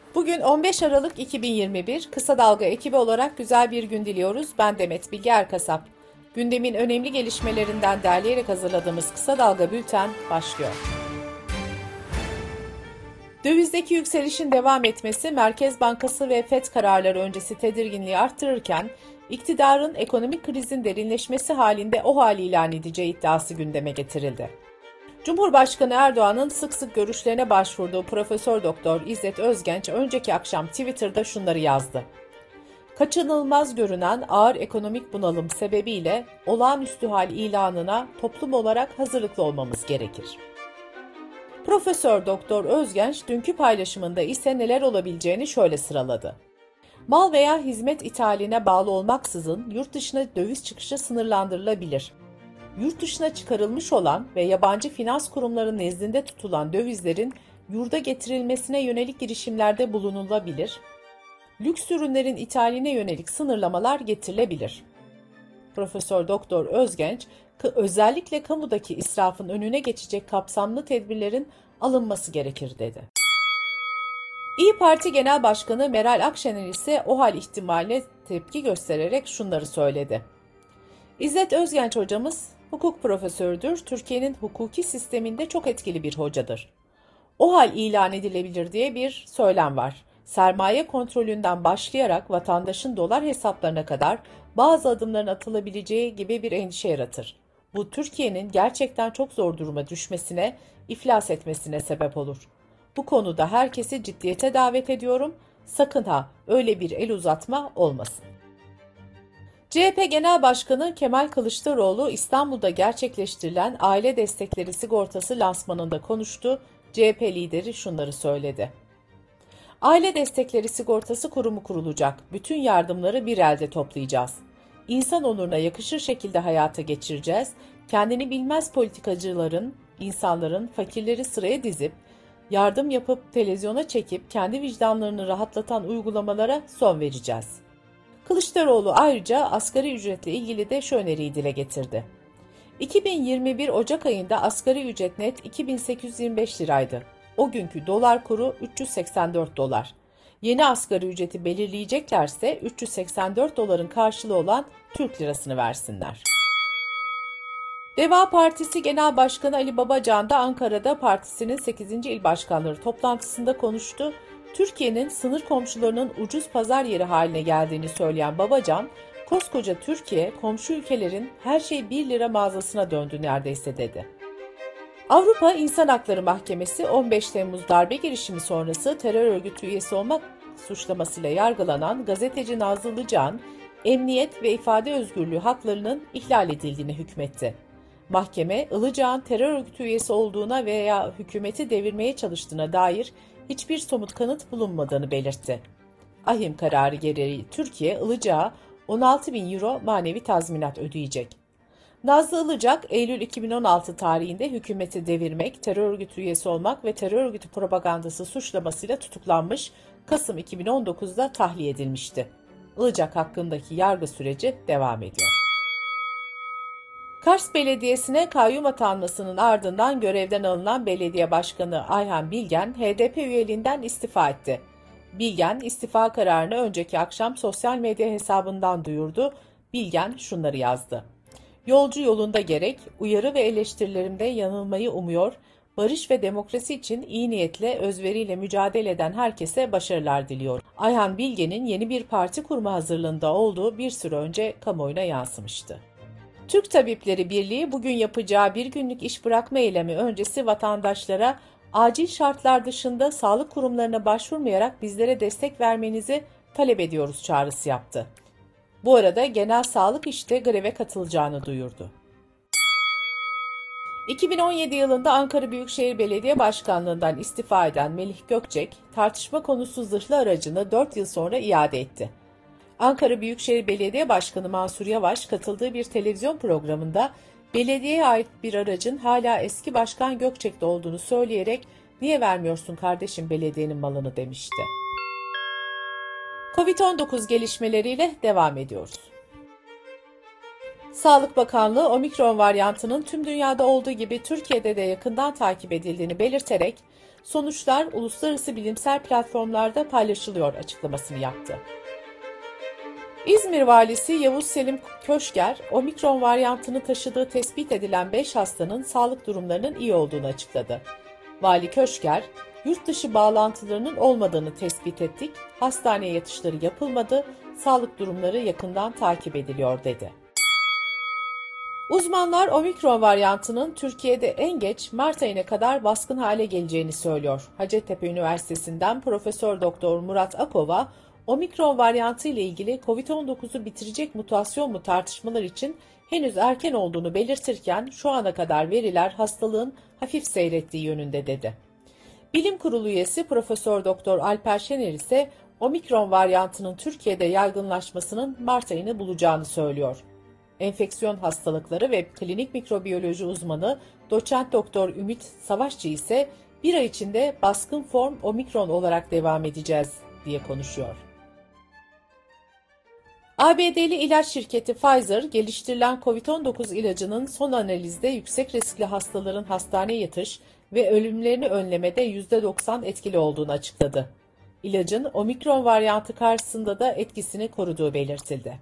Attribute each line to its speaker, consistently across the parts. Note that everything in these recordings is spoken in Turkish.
Speaker 1: Bugün 15 Aralık 2021, Kısa Dalga ekibi olarak güzel bir gün diliyoruz. Ben Demet Bilge Erkasap. Gündemin önemli gelişmelerinden derleyerek hazırladığımız Kısa Dalga Bülten başlıyor. Dövizdeki yükselişin devam etmesi, Merkez Bankası ve FED kararları öncesi tedirginliği arttırırken, iktidarın ekonomik krizin derinleşmesi halinde o hal ilan edeceği iddiası gündeme getirildi. Cumhurbaşkanı Erdoğan'ın sık sık görüşlerine başvurduğu Profesör Doktor İzzet Özgenç önceki akşam Twitter'da şunları yazdı. Kaçınılmaz görünen ağır ekonomik bunalım sebebiyle olağanüstü hal ilanına toplum olarak hazırlıklı olmamız gerekir. Profesör Doktor Özgenç dünkü paylaşımında ise neler olabileceğini şöyle sıraladı. Mal veya hizmet ithaline bağlı olmaksızın yurt dışına döviz çıkışı sınırlandırılabilir. Yurt dışına çıkarılmış olan ve yabancı finans kurumları nezdinde tutulan dövizlerin yurda getirilmesine yönelik girişimlerde bulunulabilir. Lüks ürünlerin ithaline yönelik sınırlamalar getirilebilir. Profesör Doktor Özgenç, özellikle kamudaki israfın önüne geçecek kapsamlı tedbirlerin alınması gerekir dedi. İYİ Parti Genel Başkanı Meral Akşener ise o hal ihtimaline tepki göstererek şunları söyledi. İzzet Özgenç hocamız hukuk profesörüdür, Türkiye'nin hukuki sisteminde çok etkili bir hocadır. O hal ilan edilebilir diye bir söylem var. Sermaye kontrolünden başlayarak vatandaşın dolar hesaplarına kadar bazı adımların atılabileceği gibi bir endişe yaratır. Bu Türkiye'nin gerçekten çok zor duruma düşmesine, iflas etmesine sebep olur. Bu konuda herkesi ciddiyete davet ediyorum. Sakın ha öyle bir el uzatma olmasın. CHP Genel Başkanı Kemal Kılıçdaroğlu İstanbul'da gerçekleştirilen aile destekleri sigortası lansmanında konuştu. CHP lideri şunları söyledi. Aile destekleri sigortası kurumu kurulacak. Bütün yardımları bir elde toplayacağız. İnsan onuruna yakışır şekilde hayata geçireceğiz. Kendini bilmez politikacıların, insanların fakirleri sıraya dizip, yardım yapıp televizyona çekip kendi vicdanlarını rahatlatan uygulamalara son vereceğiz. Kılıçdaroğlu ayrıca asgari ücretle ilgili de şu öneriyi dile getirdi. 2021 Ocak ayında asgari ücret net 2825 liraydı. O günkü dolar kuru 384 dolar. Yeni asgari ücreti belirleyeceklerse 384 doların karşılığı olan Türk lirasını versinler. Deva Partisi Genel Başkanı Ali Babacan da Ankara'da partisinin 8. İl Başkanları toplantısında konuştu. Türkiye'nin sınır komşularının ucuz pazar yeri haline geldiğini söyleyen Babacan, koskoca Türkiye, komşu ülkelerin her şey 1 lira mağazasına döndü neredeyse dedi. Avrupa İnsan Hakları Mahkemesi 15 Temmuz darbe girişimi sonrası terör örgütü üyesi olmak suçlamasıyla yargılanan gazeteci Nazlı Ilıcalı'nın emniyet ve ifade özgürlüğü haklarının ihlal edildiğine hükmetti. Mahkeme, Ilıcalı'nın terör örgütü üyesi olduğuna veya hükümeti devirmeye çalıştığına dair hiçbir somut kanıt bulunmadığını belirtti. Ahim kararı gereği Türkiye, Ilıcalı'ya 16.000 euro manevi tazminat ödeyecek. Nazlı Ilıcalı, Eylül 2016 tarihinde hükümeti devirmek, terör örgütü üyesi olmak ve terör örgütü propagandası suçlamasıyla tutuklanmış, Kasım 2019'da tahliye edilmişti. Ilıcalı hakkındaki yargı süreci devam ediyor. Kars Belediyesi'ne kayyum atanmasının ardından görevden alınan belediye başkanı Ayhan Bilgen, HDP üyeliğinden istifa etti. Bilgen, istifa kararını önceki akşam sosyal medya hesabından duyurdu. Bilgen şunları yazdı. Yolcu yolunda gerek, uyarı ve eleştirilerimde yanılmayı umuyor, barış ve demokrasi için iyi niyetle, özveriyle mücadele eden herkese başarılar diliyorum. Ayhan Bilgen'in yeni bir parti kurma hazırlığında olduğu bir süre önce kamuoyuna yansımıştı. Türk Tabipleri Birliği bugün yapacağı bir günlük iş bırakma eylemi öncesi vatandaşlara acil şartlar dışında sağlık kurumlarına başvurmayarak bizlere destek vermenizi talep ediyoruz çağrısı yaptı. Bu arada Genel Sağlık İş'te greve katılacağını duyurdu. 2017 yılında Ankara Büyükşehir Belediye Başkanlığından istifa eden Melih Gökçek, tartışma konusu zırhlı aracını 4 yıl sonra iade etti. Ankara Büyükşehir Belediye Başkanı Mansur Yavaş katıldığı bir televizyon programında belediyeye ait bir aracın hala eski başkan Gökçek'te olduğunu söyleyerek "Niye vermiyorsun kardeşim belediyenin malını?" demişti. Covid-19 gelişmeleriyle devam ediyoruz. Sağlık Bakanlığı omikron varyantının tüm dünyada olduğu gibi Türkiye'de de yakından takip edildiğini belirterek Sonuçlar uluslararası bilimsel platformlarda paylaşılıyor açıklamasını yaptı. İzmir Valisi Yavuz Selim Köşker, omikron varyantını taşıdığı tespit edilen 5 hastanın sağlık durumlarının iyi olduğunu açıkladı. Vali Köşker, yurt dışı bağlantılarının olmadığını tespit ettik, hastaneye yatışları yapılmadı, sağlık durumları yakından takip ediliyor dedi. Uzmanlar omikron varyantının Türkiye'de en geç Mart ayına kadar baskın hale geleceğini söylüyor. Hacettepe Üniversitesi'nden Profesör Doktor Murat Akova, omikron varyantı ile ilgili COVID-19'u bitirecek mutasyon mu tartışmalar için henüz erken olduğunu belirtirken şu ana kadar veriler hastalığın hafif seyrettiği yönünde dedi. Bilim Kurulu üyesi Profesör Doktor Alper Şener ise omikron varyantının Türkiye'de yaygınlaşmasının Mart ayını bulacağını söylüyor. Enfeksiyon hastalıkları ve klinik mikrobiyoloji uzmanı Doçent Doktor Ümit Savaşçı ise bir ay içinde baskın form omikron olarak devam edeceğiz diye konuşuyor. ABD'li ilaç şirketi Pfizer, geliştirilen COVID-19 ilacının son analizde yüksek riskli hastaların hastaneye yatış ve ölümlerini önlemede %90 etkili olduğunu açıkladı. İlacın omikron varyantı karşısında da etkisini koruduğu belirtildi.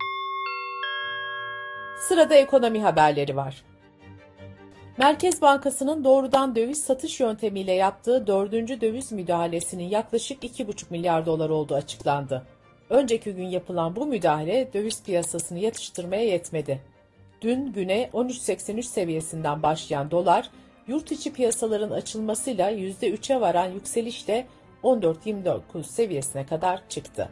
Speaker 1: Sırada ekonomi haberleri var. Merkez Bankası'nın doğrudan döviz satış yöntemiyle yaptığı 4. döviz müdahalesinin yaklaşık 2,5 milyar dolar olduğu açıklandı. Önceki gün yapılan bu müdahale döviz piyasasını yatıştırmaya yetmedi. Dün güne 13.83 seviyesinden başlayan dolar, yurt içi piyasaların açılmasıyla %3'e varan yükselişle 14.29 seviyesine kadar çıktı.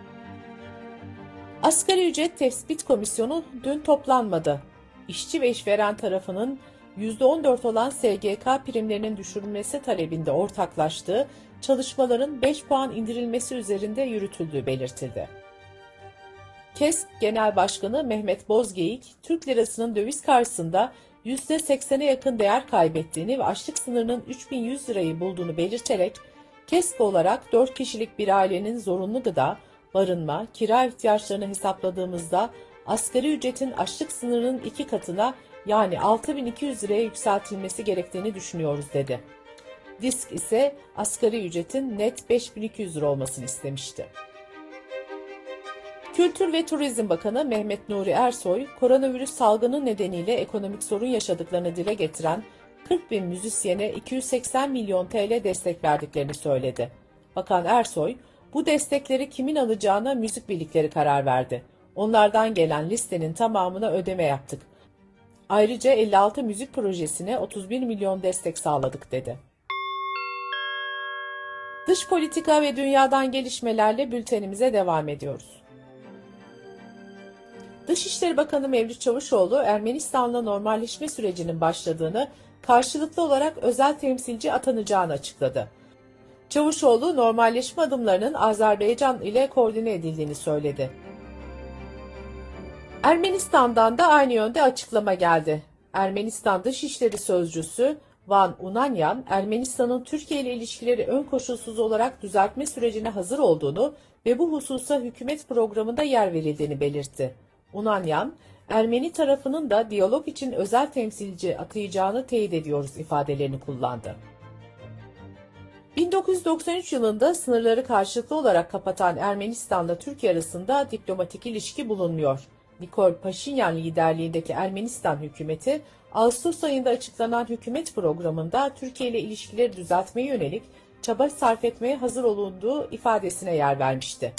Speaker 1: Asgari ücret tespit komisyonu dün toplanmadı. İşçi ve işveren tarafının %14 olan SGK primlerinin düşürülmesi talebinde ortaklaştığı çalışmaların 5 puan indirilmesi üzerinde yürütüldüğü belirtildi. KESK Genel Başkanı Mehmet Bozgeyik, Türk lirasının döviz karşısında %80'e yakın değer kaybettiğini ve açlık sınırının 3.100 lirayı bulduğunu belirterek, KESK olarak 4 kişilik bir ailenin zorunlu gıda, barınma, kira ihtiyaçlarını hesapladığımızda asgari ücretin açlık sınırının 2 katına yani 6.200 liraya yükseltilmesi gerektiğini düşünüyoruz dedi. DİSK ise asgari ücretin net 5.200 lira olmasını istemişti. Kültür ve Turizm Bakanı Mehmet Nuri Ersoy, koronavirüs salgını nedeniyle ekonomik sorun yaşadıklarını dile getiren 40 bin müzisyene 280 milyon TL destek verdiklerini söyledi. Bakan Ersoy, bu destekleri kimin alacağına müzik birlikleri karar verdi. Onlardan gelen listenin tamamına ödeme yaptık. Ayrıca 56 müzik projesine 31 milyon destek sağladık dedi. Dış politika ve dünyadan gelişmelerle bültenimize devam ediyoruz. Dışişleri Bakanı Mevlüt Çavuşoğlu, Ermenistan'la normalleşme sürecinin başladığını, karşılıklı olarak özel temsilci atanacağını açıkladı. Çavuşoğlu, normalleşme adımlarının Azerbaycan ile koordine edildiğini söyledi. Ermenistan'dan da aynı yönde açıklama geldi. Ermenistan Dışişleri Sözcüsü Van Unanyan, Ermenistan'ın Türkiye ile ilişkileri ön koşulsuz olarak düzeltme sürecine hazır olduğunu ve bu hususa hükümet programında yer verildiğini belirtti. Unanyan, Ermeni tarafının da diyalog için özel temsilci atayacağını teyit ediyoruz ifadelerini kullandı. 1993 yılında sınırları karşılıklı olarak kapatan Ermenistan'la Türkiye arasında diplomatik ilişki bulunmuyor. Nikol Paşinyan liderliğindeki Ermenistan hükümeti, Ağustos ayında açıklanan hükümet programında Türkiye ile ilişkileri düzeltmeye yönelik çaba sarf etmeye hazır olunduğu ifadesine yer vermişti.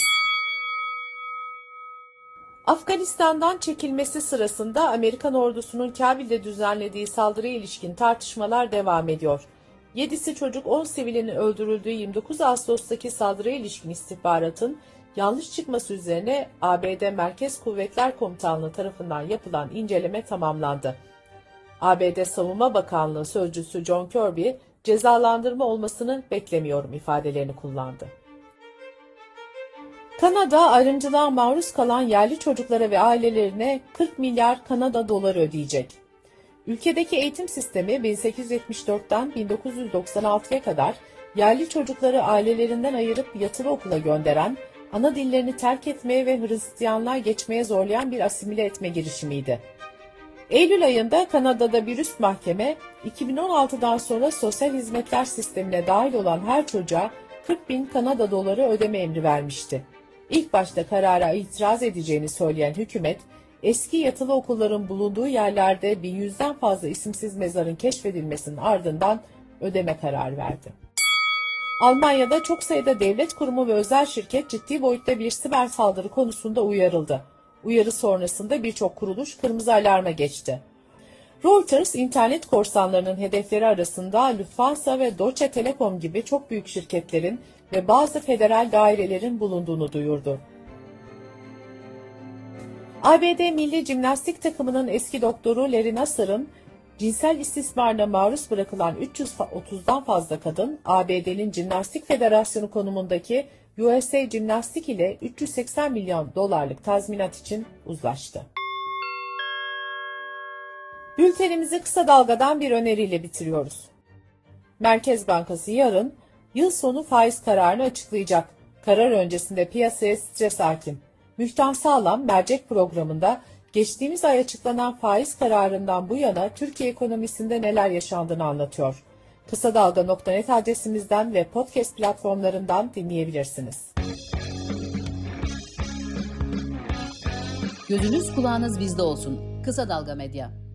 Speaker 1: Afganistan'dan çekilmesi sırasında Amerikan ordusunun Kabil'de düzenlediği saldırıya ilişkin tartışmalar devam ediyor. 7'si çocuk, 10 sivilin öldürüldüğü 29 Ağustos'taki saldırıya ilişkin istihbaratın yanlış çıkması üzerine ABD Merkez Kuvvetler Komutanlığı tarafından yapılan inceleme tamamlandı. ABD Savunma Bakanlığı Sözcüsü John Kirby, cezalandırma olmasını beklemiyorum ifadelerini kullandı. Kanada, ayrımcılığa maruz kalan yerli çocuklara ve ailelerine 40 milyar Kanada doları ödeyecek. Ülkedeki eğitim sistemi 1874'ten 1996'ya kadar yerli çocukları ailelerinden ayırıp yatılı okula gönderen, ana dillerini terk etmeye ve Hristiyanlığa geçmeye zorlayan bir asimile etme girişimiydi. Eylül ayında Kanada'da bir üst mahkeme, 2016'dan sonra sosyal hizmetler sistemine dahil olan her çocuğa 40 bin Kanada doları ödeme emri vermişti. İlk başta karara itiraz edeceğini söyleyen hükümet, eski yatılı okulların bulunduğu yerlerde 1100'den fazla isimsiz mezarın keşfedilmesinin ardından ödeme kararı verdi. Almanya'da çok sayıda devlet kurumu ve özel şirket ciddi boyutta bir siber saldırı konusunda uyarıldı. Uyarı sonrasında birçok kuruluş kırmızı alarma geçti. Reuters, internet korsanlarının hedefleri arasında Lufthansa ve Deutsche Telekom gibi çok büyük şirketlerin ve bazı federal dairelerin bulunduğunu duyurdu. ABD Milli Jimnastik takımının eski doktoru Larry Nassar'ın cinsel istismarına maruz bırakılan 330'dan fazla kadın, ABD'nin Jimnastik Federasyonu konumundaki USA Jimnastik ile 380 milyon dolarlık tazminat için uzlaştı. Bültenimizi kısa dalgadan bir öneriyle bitiriyoruz. Merkez Bankası yarın yıl sonu faiz kararını açıklayacak. Karar öncesinde piyasaya stres hakim. Müftah Sağlam mercek programında geçtiğimiz ay açıklanan faiz kararından bu yana Türkiye ekonomisinde neler yaşandığını anlatıyor. Kısa Dalga.net adresimizden ve podcast platformlarından dinleyebilirsiniz.
Speaker 2: Gözünüz kulağınız bizde olsun. Kısa Dalga Medya.